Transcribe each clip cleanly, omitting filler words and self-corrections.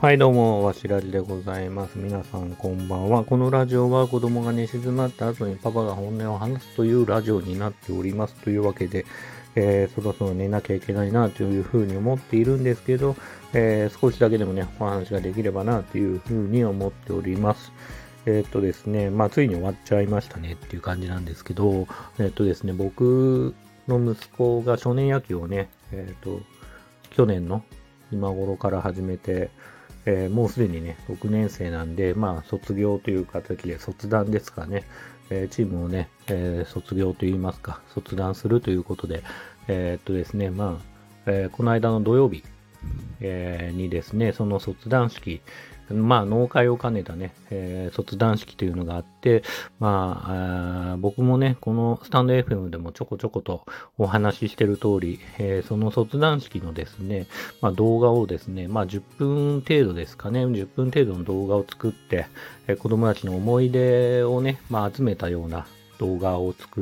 はい、どうも、わしらじでございます。皆さん、こんばんは。このラジオは子供が寝静まった後にパパが本音を話すというラジオになっております。というわけで、そろそろ寝なきゃいけないなというふうに思っているんですけど、少しだけでもね、お話ができればなというふうに思っております。ですね、ついに終わっちゃいましたねっていう感じなんですけど、ですね、僕の息子が少年野球をね、去年の今頃から始めて、もうすでにね、6年生なんで、卒業という形で卒団ですかね。チームをね、卒業といいますか、卒団するということで、ですね、この間の土曜日、にですね、その卒団式、納会を兼ねたね、卒団式というのがあって、僕もね、このスタンド FM でもちょこちょことお話ししてる通り、その卒団式のですね、動画をですね、10分程度ですかね、10分程度の動画を作って、子供たちの思い出をね、集めたような動画を作って、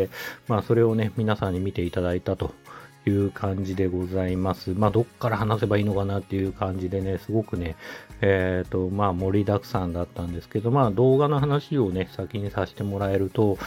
それをね、皆さんに見ていただいたという感じでございます。どっから話せばいいのかなっていう感じでね、すごくね、盛りだくさんだったんですけど、動画の話をね、先にさせてもらえると、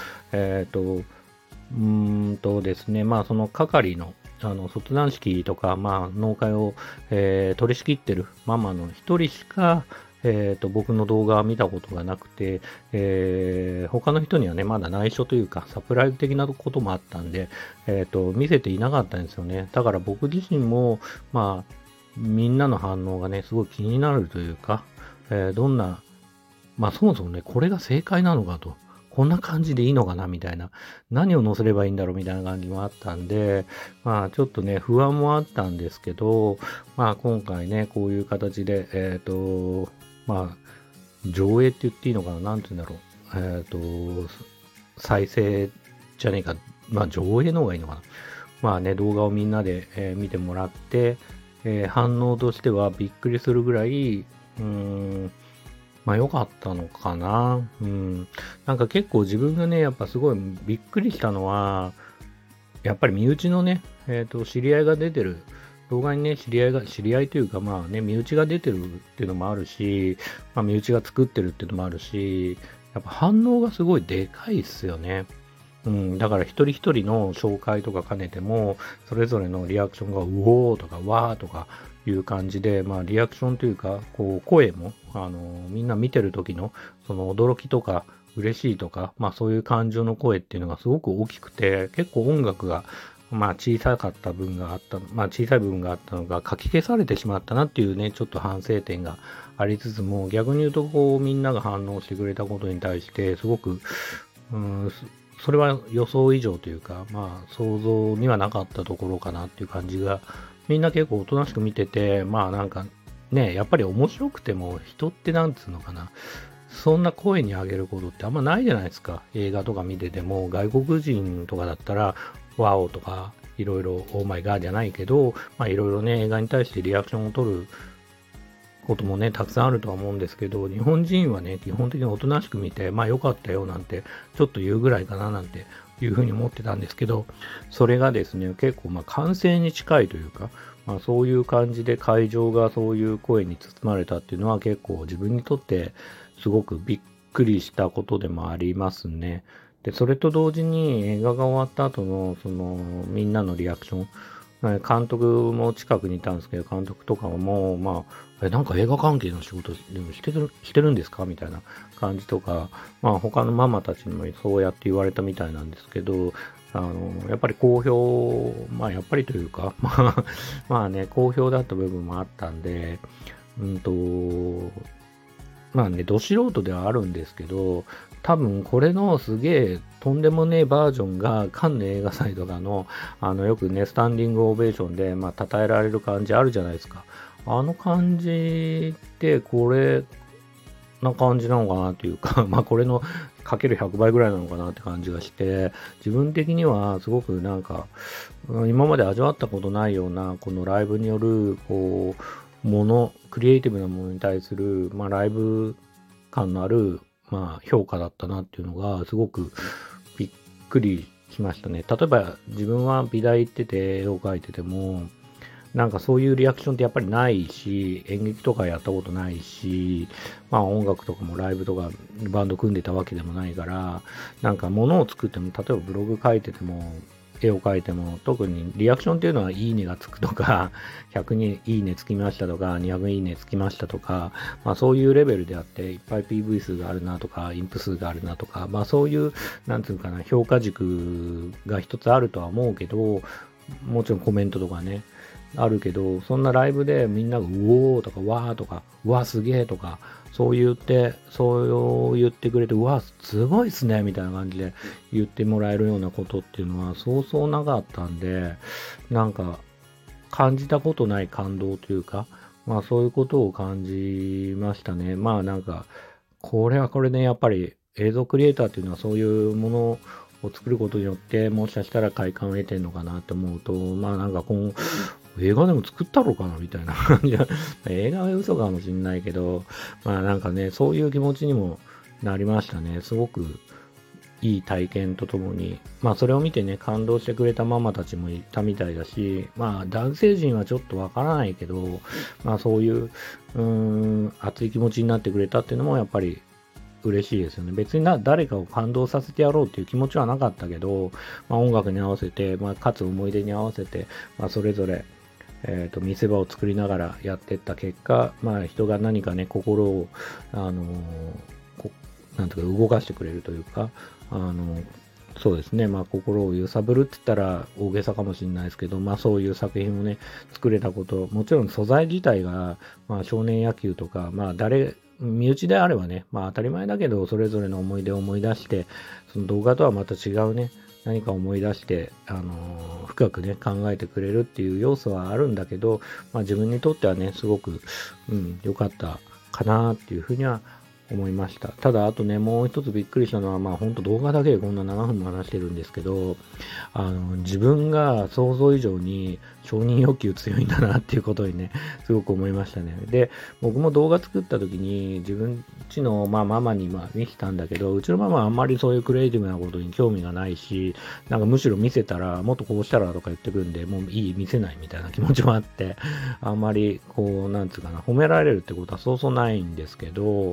ですね、その係の、卒団式とか、納会を、取り仕切ってるママの一人しか、僕の動画は見たことがなくて、他の人にはね、まだ内緒というか、サプライズ的なこともあったんで、見せていなかったんですよね。だから僕自身も、みんなの反応がね、すごい気になるというか、どんな、そもそもね、これが正解なのかと。こんな感じでいいのかなみたいな。何を載せればいいんだろうみたいな感じもあったんで、ちょっとね、不安もあったんですけど、今回ね、こういう形で、上映って言っていいのかななんて言うんだろう。再生じゃねえか。上映の方がいいのかな。動画をみんなで、見てもらって、反応としてはびっくりするぐらい、良かったのかな。なんか結構自分がね、やっぱすごいびっくりしたのは、やっぱり身内のね、知り合いが出てる、動画にね、知り合いというか、身内が出てるっていうのもあるし、身内が作ってるっていうのもあるし、やっぱ反応がすごいでかいっすよね。だから一人一人の紹介とか兼ねても、それぞれのリアクションが、うおーとか、わーとかいう感じで、リアクションというか、こう、声も、みんな見てる時の、その驚きとか、嬉しいとか、そういう感情の声っていうのがすごく大きくて、結構音楽が、小さかった分があった、小さい部分があったのが書き消されてしまったなっていうね、ちょっと反省点がありつつも、逆に言うと、こう、みんなが反応してくれたことに対して、すごく、うん、それは予想以上というか、想像にはなかったところかなっていう感じが、みんな結構おとなしく見てて、なんかね、やっぱり面白くても人ってなんつうのかな、そんな声に上げることってあんまないじゃないですか。映画とか見てても、外国人とかだったら、ワオとか、いろいろ、オーマイガーじゃないけど、いろいろね、映画に対してリアクションを取ることもね、たくさんあるとは思うんですけど、日本人はね、基本的におとなしく見て、良かったよなんて、ちょっと言うぐらいかななんていうふうに思ってたんですけど、それがですね、結構歓声に近いというか、そういう感じで会場がそういう声に包まれたっていうのは結構自分にとってすごくびっくりしたことでもありますね。で、それと同時に映画が終わった後の、その、みんなのリアクション、監督も近くにいたんですけど、監督とかも、なんか映画関係の仕事でもしてるんですかみたいな感じとか、他のママたちにもそうやって言われたみたいなんですけど、やっぱり好評、やっぱりというか、好評だった部分もあったんで、うんと、ど素人ではあるんですけど、多分これのすげえとんでもねえバージョンがカンヌ映画祭とかの、よくね、スタンディングオベーションで、称えられる感じあるじゃないですか。あの感じってこれな感じなのかなというか、これのかける100倍ぐらいなのかなって感じがして、自分的にはすごくなんか、今まで味わったことないような、このライブによる、こう、クリエイティブなものに対する、ライブ感のある、評価だったなっていうのが、すごくびっくりしましたね。例えば、自分は美大行ってて、絵を描いてても、 なんかそういうリアクションってやっぱりないし、演劇とかやったことないし、まあ音楽とかもライブとかバンド組んでたわけでもないから、なんか物を作っても、例えばブログ書いてても、絵を描いても、特にリアクションっていうのは、いいねがつくとか、100にいいねつきましたとか、200いいねつきましたとか、まあそういうレベルであって、いっぱい PV 数があるなとか、インプ数があるなとか、まあそういう、なんつうかな、評価軸が一つあるとは思うけど、もちろんコメントとかね、あるけど、そんなライブでみんながうおーとかわーとか、うわすげーとか、そう言ってくれて、うわ、すごいっすね、みたいな感じで言ってもらえるようなことっていうのはそうそうなかったんで、なんか感じたことない感動というか、まあそういうことを感じましたね。まあなんか、これはこれでやっぱり映像クリエイターっていうのはそういうものを作ることによって、もしかしたら快感を得てるのかなって思うと、まあなんか映画でも作ったろうかなみたいな感じで、映画は嘘かもしんないけど、まあなんかね、そういう気持ちにもなりましたね。すごくいい体験とともに、まあそれを見てね、感動してくれたママたちもいたみたいだし、まあ男性陣はちょっとわからないけど、まあそういう、熱い気持ちになってくれたっていうのもやっぱり嬉しいですよね。別に誰かを感動させてやろうっていう気持ちはなかったけど、まあ音楽に合わせて、まあかつ思い出に合わせて、まあそれぞれ、見せ場を作りながらやっていった結果、まあ人が何かね、心を、なんとか動かしてくれるというか、そうですね、まあ心を揺さぶるって言ったら大げさかもしれないですけど、まあそういう作品をね、作れたこと、もちろん素材自体が、まあ少年野球とか、まあ身内であればね、まあ当たり前だけど、それぞれの思い出を思い出して、その動画とはまた違うね、何か思い出して、深くね、考えてくれるっていう要素はあるんだけど、まあ自分にとってはね、すごく、良かったかなっていうふうには思いました。ただ、あとね、もう一つびっくりしたのは、まあ本当動画だけでこんな7分も話してるんですけど、自分が想像以上に承認欲求強いんだなっていうことにね、すごく思いましたね。で、僕も動画作った時に自分ちの、まあ、ママに見せたんだけど、うちのママはあんまりそういうクリエイティブなことに興味がないし、なんかむしろ見せたら、もっとこうしたらとか言ってくるんで、もういい、見せないみたいな気持ちもあって、あんまりなんつうかな、褒められるってことはそうそうないんですけど、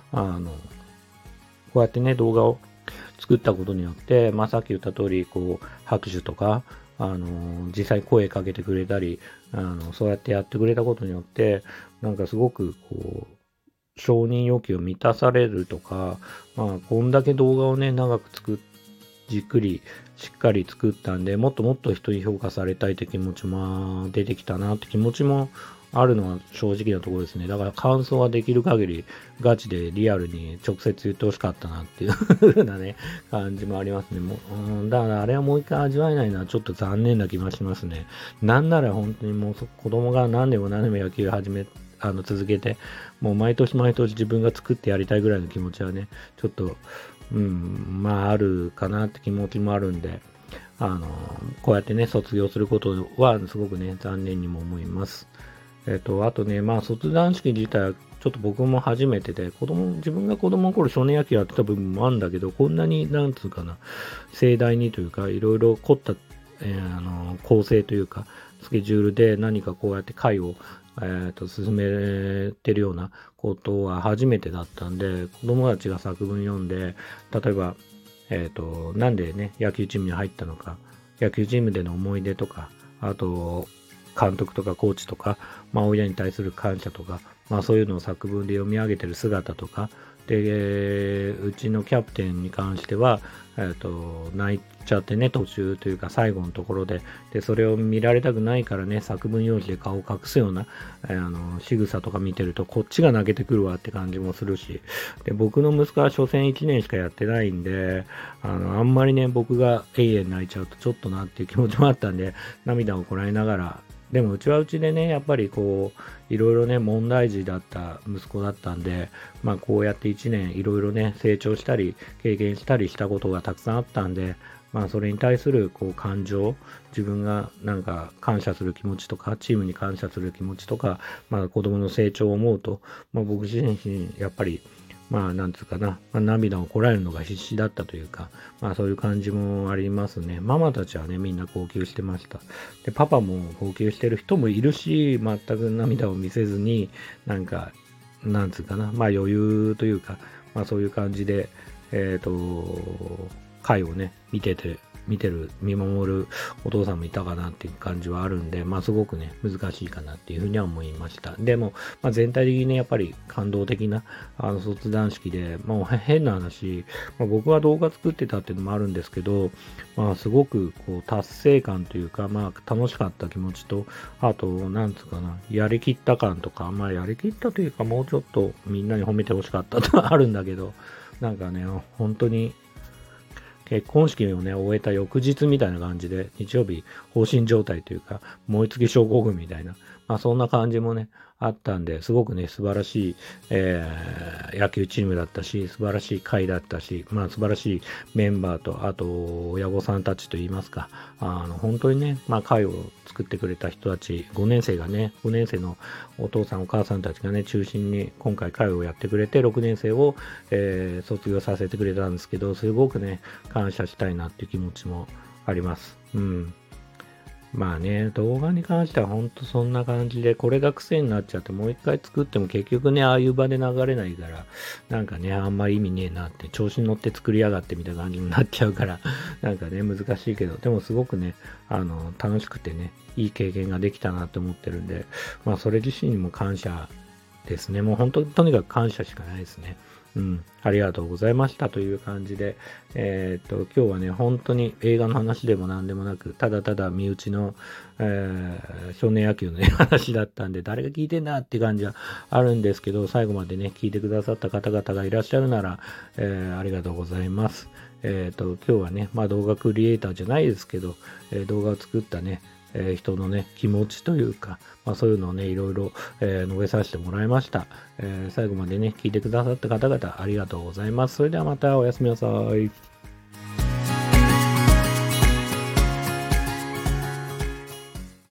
こうやってね、動画を作ったことによって、まあ、さっき言った通り、拍手とか、実際声かけてくれたり、そうやってやってくれたことによって、なんかすごく、承認欲求を満たされるとか、まあ、こんだけ動画をね、長くじっくり、しっかり作ったんで、もっともっと人に評価されたいって気持ちも出てきたなって気持ちもあるのは正直なところですね。だから感想はできる限りガチでリアルに直接言ってほしかったなっていう風なね、感じもありますね。だからあれはもう一回味わえないのはちょっと残念な気がしますね。なんなら本当にもう子供が何年も何年も野球続けて、もう毎年毎年自分が作ってやりたいぐらいの気持ちはね、ちょっと、まああるかなって気持ちもあるんで、こうやってね、卒業することはすごくね、残念にも思います。あとね、まあ、卒団式自体は、ちょっと僕も初めてで、自分が子供の頃少年野球やってた部分もあるんだけど、こんなに、なんつうかな、盛大にというか、いろいろ凝った、構成というか、スケジュールで何かこうやって会を、進めてるようなことは初めてだったんで、子供たちが作文読んで、例えば、なんでね、野球チームに入ったのか、野球チームでの思い出とか、あと、監督とかコーチとか、まあ親に対する感謝とか、まあそういうのを作文で読み上げてる姿とか、で、うちのキャプテンに関しては、泣いちゃってね、途中というか最後のところで、それを見られたくないからね、作文用紙で顔を隠すような、仕草とか見てると、こっちが泣けてくるわって感じもするし、で、僕の息子は初戦1年しかやってないんで、あんまりね、僕が永遠泣いちゃうとちょっとなっていう気持ちもあったんで、涙をこらえながら、でもうちはうちでね、やっぱりいろいろね、問題児だった息子だったんで、まあこうやって1年いろいろね、成長したり、経験したりしたことがたくさんあったんで、まあそれに対する感情、自分がなんか感謝する気持ちとか、チームに感謝する気持ちとか、まあ子供の成長を思うと、まあ僕自身やっぱりまあ、なんつうかな、まあ、涙をこらえるのが必死だったというか、まあそういう感じもありますね。ママたちはね、みんな号泣してました。で、パパも号泣してる人もいるし、全く涙を見せずに、なんか、なんつうかな、まあ余裕というか、まあそういう感じで、回をね、見守るお父さんもいたかなっていう感じはあるんで、まあすごくね、難しいかなっていうふうには思いました。でも、まあ全体的にね、やっぱり感動的な、卒団式で、もう変な話、まあ、僕は動画作ってたっていうのもあるんですけど、まあすごくこう達成感というか、まあ楽しかった気持ちと、あと、なんつうかな、やりきった感とか、まあやりきったというか、もうちょっとみんなに褒めてほしかったとはあるんだけど、なんかね、本当に、結婚式をね、終えた翌日みたいな感じで、日曜日、放心状態というか、燃え尽き症候群みたいな、まあそんな感じもね、あったんで、すごくね、素晴らしい、野球チームだったし、素晴らしい会だったし、まあ素晴らしいメンバーと、あと、親御さんたちといいますか、本当にね、まあ会を作ってくれた人たち、5年生がね、5年生のお父さんお母さんたちがね、中心に今回会をやってくれて、6年生を、卒業させてくれたんですけど、すごくね、感謝したいなっていう気持ちもあります。うん。まあね、動画に関してはほんとそんな感じで、これが癖になっちゃってもう一回作っても結局ね、ああいう場で流れないから、なんかね、あんまり意味ねえなって、調子に乗って作りやがってみたいな感じになっちゃうから、なんかね、難しいけど、でもすごくね、楽しくてね、いい経験ができたなって思ってるんで、まあそれ自身にも感謝ですね。もう本当にとにかく感謝しかないですね。うん、ありがとうございましたという感じで、今日はね、本当に映画の話でも何でもなく、ただただ身内の、少年野球の、ね、話だったんで、誰が聞いてんだって感じはあるんですけど、最後までね、聞いてくださった方々がいらっしゃるなら、ありがとうございます。今日はね、まあ動画クリエイターじゃないですけど、動画を作ったね、人のね、気持ちというか、まあそういうのをね、いろいろ、述べさせてもらいました。最後までね、聞いてくださった方々ありがとうございます。それではまたおやすみなさい。